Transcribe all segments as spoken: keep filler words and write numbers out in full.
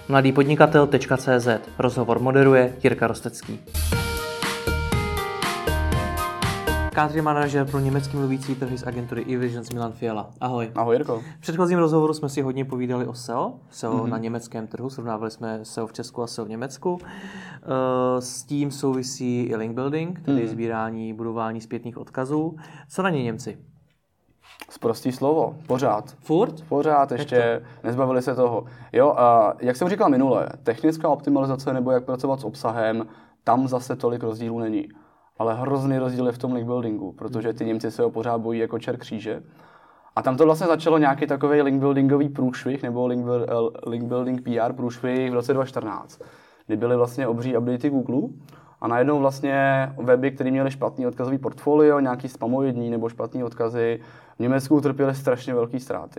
mladýpodnikatel tečka cé zet. Rozhovor moderuje Jirka Rostecký. Country manažer pro německy mluvící trhy z agentury eVisions Milan Fiala. Ahoj. Ahoj, Jirko. V předchozím rozhovoru jsme si hodně povídali o S E O. S E O mm-hmm. na německém trhu, srovnávali jsme S E O v Česku a S E O v Německu. S tím souvisí i link building, tedy mm-hmm. sbírání, budování zpětných odkazů. Co na ně Němci? Sprostý slovo, pořád. Furt? Pořád ještě, nezbavili se toho. Jo, a jak jsem říkal minule, technická optimalizace nebo jak pracovat s obsahem, tam zase tolik rozdílů není. Ale hrozný rozdíl je v tom link buildingu, protože ty Němci se ho pořád bojí jako čer kříže. A tam to vlastně začalo nějaký takový link buildingový průšvih, nebo link, link building P R průšvih v roce dva tisíce čtrnáct, kdy byly vlastně obří updaty Google a najednou vlastně weby, které měly špatný odkazový portfolio, nějaký spamoidní nebo špatný odkazy, v Německu utrpěly strašně velké ztráty.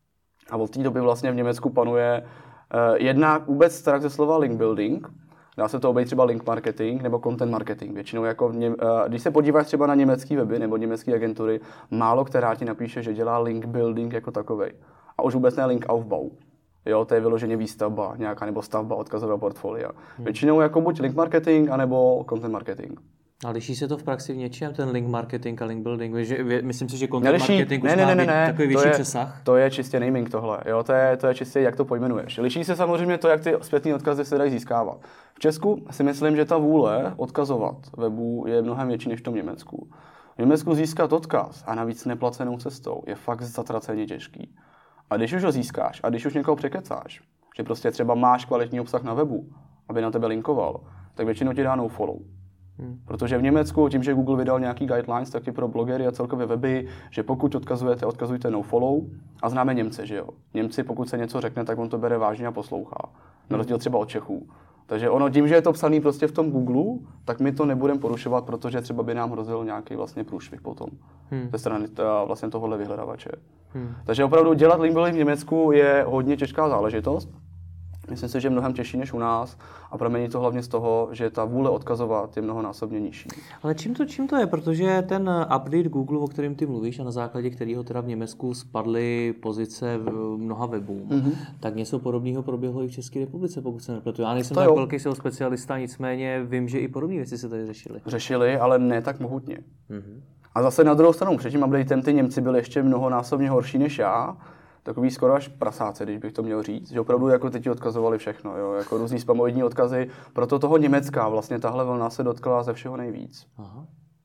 A od té doby vlastně v Německu panuje uh, jednak vůbec strach ze slova link building. Dá se to obejít třeba link marketing nebo content marketing. Většinou jako v něm, když se podíváš třeba na německé weby nebo německé agentury, málo která ti napíše, že dělá link building jako takovej. A už vůbec ne link Aufbau. Jo, to je vyloženě výstavba nějaká nebo stavba odkazového portfolia. Hmm. Většinou jako buď link marketing anebo content marketing. A liší se to v praxi v něčem, ten link marketing a link building? Že, myslím si, že content Neliší, marketing ne, už ne, má ne, být ne, takový větší je, přesah. To je čistě naming tohle, jo, to je, to je čistě, jak to pojmenuješ. Liší se samozřejmě to, jak ty zpětné odkazy se dají získávat. V Česku si myslím, že ta vůle odkazovat webu je mnohem větší než v tom Německu. V Německu získat odkaz a navíc neplacenou cestou je fakt zatraceně těžký. A když už ho získáš a když už někoho překecáš, že prostě třeba máš kvalitní obsah na webu, aby na tebe linkoval, tak většinou ti dá no follow. Hmm. Protože v Německu, tím, že Google vydal nějaký guidelines taky pro blogery a celkově weby, že pokud odkazujete, odkazujte no follow. A známe Němce, že jo. Němci, pokud se něco řekne, tak on to bere vážně a poslouchá. Na rozdíl třeba od Čechů. Takže ono tím, že je to psaný prostě v tom Google, tak my to nebudeme porušovat, protože třeba by nám hrozil nějaký vlastně průšvih potom. Hmm. Ze strany ta, vlastně tohohle vyhledavače. Hmm. Takže opravdu dělat link building v Německu je hodně těžká záležitost. Myslím si, že je mnohem těžší než u nás a pramení to hlavně z toho, že ta vůle odkazovat je mnohonásobně nižší. Ale čím to, čím to je? Protože ten update Google, o kterém ty mluvíš a na základě kterého teda v Německu spadly pozice v mnoha webů, mm-hmm. tak něco podobného proběhlo i v České republice, pokud se nepletu. Já nejsem tak velký S E O specialista, nicméně vím, že i podobné věci se tady řešily. Řešili, ale ne tak mohutně. Mm-hmm. A zase na druhou stranu, před tím updatem ty Němci byli ještě mnohonásobně horší než já. Takový skoro až prasáce, když bych to měl říct, že opravdu jako teď odkazovali všechno, jo, jako různý spamoidní odkazy, proto toho Německa vlastně tahle vlna se dotkla ze všeho nejvíc. Aha.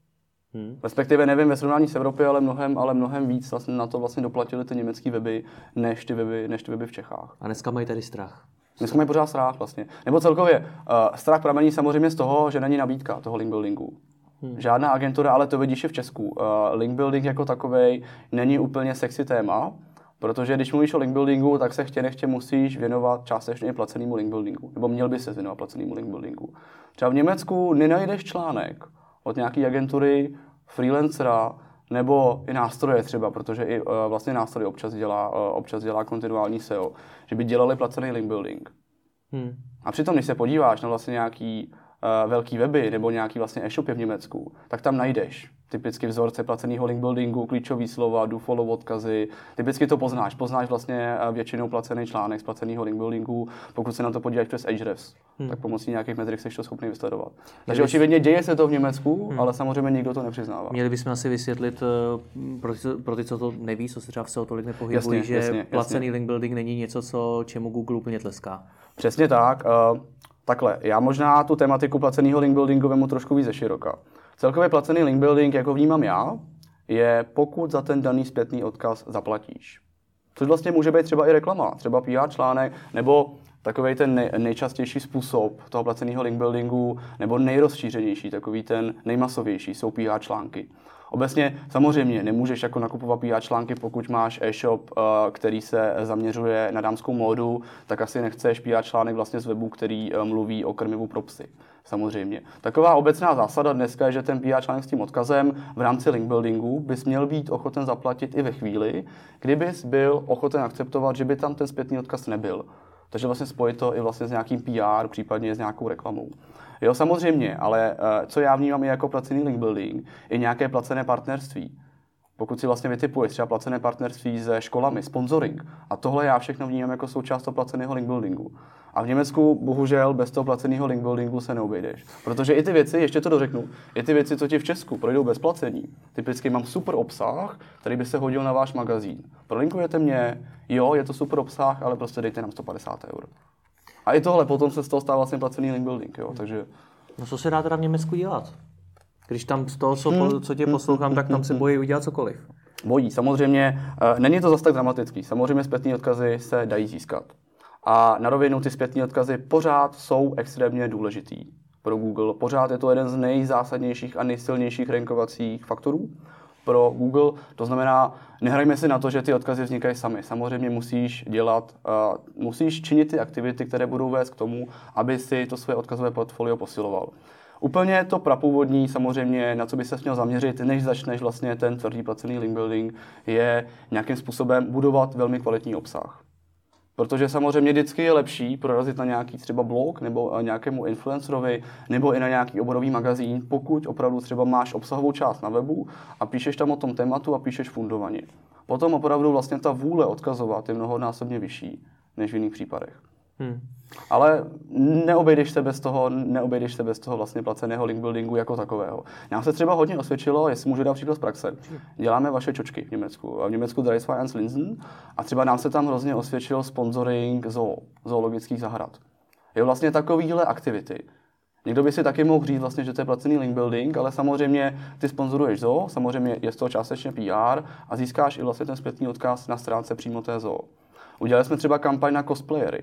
Hmm. Respektive nevím ve srovnání s Evropy, ale mnohem, ale mnohem víc vlastně na to vlastně doplatili ty německé weby, než ty weby, než ty weby v Čechách. A dneska mají tady strach. Dneska mají pořád strach vlastně. Nebo celkově, uh, strach pramení samozřejmě z toho, že není nabídka toho link buildingu. Hmm. Žádná agentura, ale to vidíš i v Česku. Uh, link building jako takovej není úplně sexy téma. Protože když mluvíš o link buildingu, tak se chtě nechtě musíš věnovat částečně placenému link buildingu. Nebo měl by se věnovat placenému link buildingu. Třeba v Německu nenajdeš článek od nějaké agentury, freelancera nebo i nástroje třeba, protože i uh, vlastně nástroj občas dělá, uh, občas dělá kontinuální S E O, že by dělali placený link building. Hmm. A přitom, když se podíváš na vlastně nějaký uh, velký weby nebo nějaký vlastně e-shopy v Německu, tak tam najdeš typicky vzorce placeného link buildingu, klíčový slova, do follow odkazy. Typicky to poznáš. Poznáš vlastně většinou placený článek z placeného link buildingu. Pokud se na to podíváš přes Ahrefs, hmm. tak pomocí nějakých metrik jsi to schopný vysledovat. Takže bys... očividně děje se to v Německu, hmm. ale samozřejmě nikdo to nepřiznává. Měli bychom asi vysvětlit pro ty, pro ty, co to neví, co se třeba v S E O tolik nepohybují, jasně, že jasně, placený jasně. link building není něco, co, čemu Google úplně tleská. Přesně tak. Uh, takhle, já možná tu tematiku placeného link buildingu vemu trošku víc ze široka. Celkově placený link building, jako vnímám já, je pokud za ten daný zpětný odkaz zaplatíš. Což vlastně může být třeba i reklama, třeba P R článek, nebo takový ten nej, nejčastější způsob toho placeného link buildingu, nebo nejrozšířenější, takový ten nejmasovější, jsou P R články. Obecně samozřejmě nemůžeš jako nakupovat P R články, pokud máš e-shop, který se zaměřuje na dámskou módu, tak asi nechceš P R článek vlastně z webu, který mluví o krmivu pro psy. Samozřejmě. Taková obecná zásada dneska je, že ten P R článek s tím odkazem v rámci link buildingu bys měl být ochoten zaplatit i ve chvíli, kdybys byl ochoten akceptovat, že by tam ten zpětný odkaz nebyl. Takže vlastně spojit to i vlastně s nějakým P R, případně s nějakou reklamou. Jo, samozřejmě, ale co já vnímám i jako placený link building, i nějaké placené partnerství. Pokud si vlastně vytipuješ třeba placené partnerství se školami, sponsoring, a tohle já všechno vnímám jako součást toho placeného link buildingu. A v Německu bohužel bez toho placeného link buildingu se neobejdeš. Protože i ty věci, ještě to dořeknu, i ty věci, co ti v Česku projdou bez placení. Typicky mám super obsah, který by se hodil na váš magazín. Prolinkujete mě, jo, je to super obsah, ale prostě dejte nám sto padesát eur. A i tohle potom se z toho stává vlastně placený link building, jo, takže... No co se dá teda v Německu dělat? Když tam z toho, co, hmm. co tě poslouchám, tak tam se bojí udělat cokoliv. Bojí, samozřejmě. Uh, není to zase tak dramatický. Samozřejmě zpětné odkazy se dají získat. A na rovinu ty zpětné odkazy pořád jsou extrémně důležitý pro Google. Pořád je to jeden z nejzásadnějších a nejsilnějších rankovacích faktorů pro Google. To znamená, nehrajme si na to, že ty odkazy vznikají sami. Samozřejmě musíš dělat, uh, musíš činit ty aktivity, které budou vést k tomu, aby si to své odkazové portfolio posiloval. Úplně to prapůvodní, samozřejmě, na co by se měl zaměřit, než začneš vlastně ten tvrdý placený link building, je nějakým způsobem budovat velmi kvalitní obsah. Protože samozřejmě vždycky je lepší prorazit na nějaký třeba blog nebo nějakému influencerovi nebo i na nějaký oborový magazín, pokud opravdu třeba máš obsahovou část na webu a píšeš tam o tom tématu a píšeš fundovaně. Potom opravdu vlastně ta vůle odkazovat je mnohonásobně vyšší než v jiných případech. Hmm. Ale neobejdeš se bez toho, neobejdeš se bez toho vlastně placeného link buildingu jako takového. Nám se třeba hodně osvědčilo, jestli můžu dát příklad z praxe. Děláme vaše čočky v Německu. V Německu Dreisfrei eins Linsen a třeba nám se tam hrozně osvědčil sponsoring zoo, zoologických zahrad. Je vlastně takovýhle aktivity. Někdo by si taky mohl říct vlastně, že to je placený link building, ale samozřejmě ty sponzoruješ zoo, samozřejmě je z toho částečně P R a získáš i vlastně ten zpětný odkaz na stránce přímo té zoo. Udělali jsme třeba kampaň na cosplayery.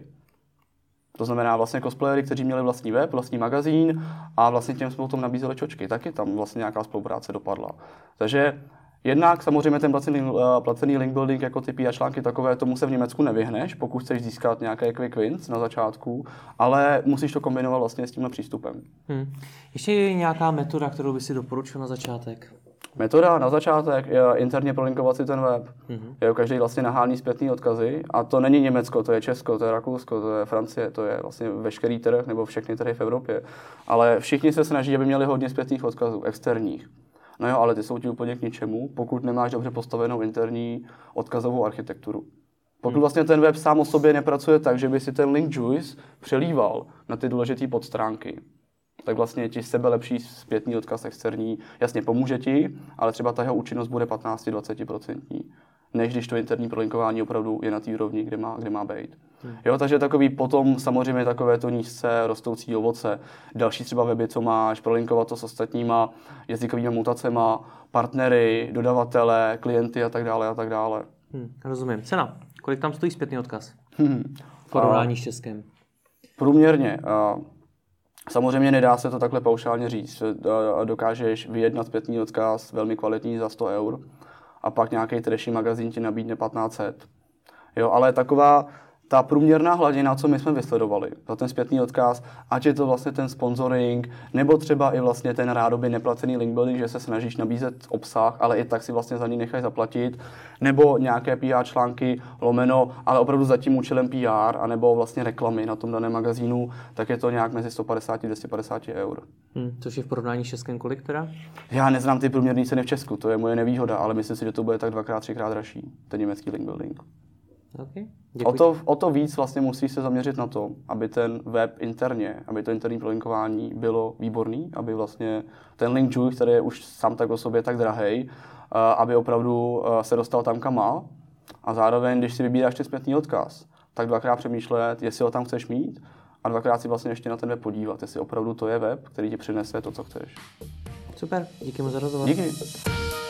To znamená vlastně cosplayery, kteří měli vlastní web, vlastní magazín a vlastně těm jsme potom nabízeli čočky. Taky tam vlastně nějaká spolupráce dopadla. Takže jednak samozřejmě ten placený, uh, placený link building jako ty P R články takové, tomu se v Německu nevyhneš, pokud chceš získat nějaké quick wins na začátku, ale musíš to kombinovat vlastně s tímhle přístupem. Hmm. Ještě je nějaká metoda, kterou by si doporučil na začátek? Metoda na začátek je interně prolinkovat si ten web. Mm-hmm. Je každý vlastně nahání zpětný odkazy a to není Německo, to je Česko, to je Rakousko, to je Francie, to je vlastně veškerý trh nebo všechny trhy v Evropě. Ale všichni se snaží, aby měli hodně zpětných odkazů, externích. No jo, ale ty jsou ti úplně k ničemu, pokud nemáš dobře postavenou interní odkazovou architekturu. Pokud vlastně ten web sám o sobě nepracuje tak, že by si ten link juice přelíval na ty důležité podstránky, tak vlastně ti sebe lepší zpětný odkaz externí, jasně pomůže ti, ale třeba ta jeho účinnost bude patnáct až dvacet procent, než když to interní prolinkování opravdu je na té úrovni, kde má, kde má být. Hmm. Jo, takže takový potom samozřejmě takové to nízce rostoucí ovoce. Další třeba weby, co máš, prolinkovat to s ostatníma jazykovými mutacema, partnery, dodavatele, klienty a tak dále a tak dále. Hmm, rozumím. Cena. Kolik tam stojí zpětný odkaz? Hmm. V porovnání s Českem. Průměrně. A samozřejmě nedá se to takhle paušálně říct. Dokážeš vyjednat zpětný odkaz velmi kvalitní za sto eur a pak nějaký trashy magazín ti nabídne patnáct set. Jo, ale taková ta průměrná hladina, co my jsme vysledovali za ten zpětný odkaz, ať je to vlastně ten sponsoring, nebo třeba i vlastně ten rádoby neplacený link building, že se snažíš nabízet obsah, ale i tak si vlastně za ní necháš zaplatit, nebo nějaké P R články lomeno, ale opravdu za tím účelem P R, anebo vlastně reklamy na tom daném magazínu, tak je to nějak mezi sto padesát až dvě stě padesát eur. Hmm, což je v porovnání s Českem kolik teda? Já neznám ty průměrné ceny v Česku, to je moje nevýhoda, ale myslím si, že to bude tak dvakrát, třikrát dražší, ten německý link building. Okay, o, to, o to víc vlastně musíš se zaměřit na to, aby ten web interně, aby to interní prolinkování bylo výborný, aby vlastně ten link juice, který je už sám tak o sobě tak drahej, aby opravdu se dostal tam, kam má. A zároveň, když si vybíráš ten zpětný odkaz, tak dvakrát přemýšlet, jestli ho tam chceš mít a dvakrát si vlastně ještě na ten web podívat, jestli opravdu to je web, který ti přinese to, co chceš. Super, díky moc za rozhovor. Díky.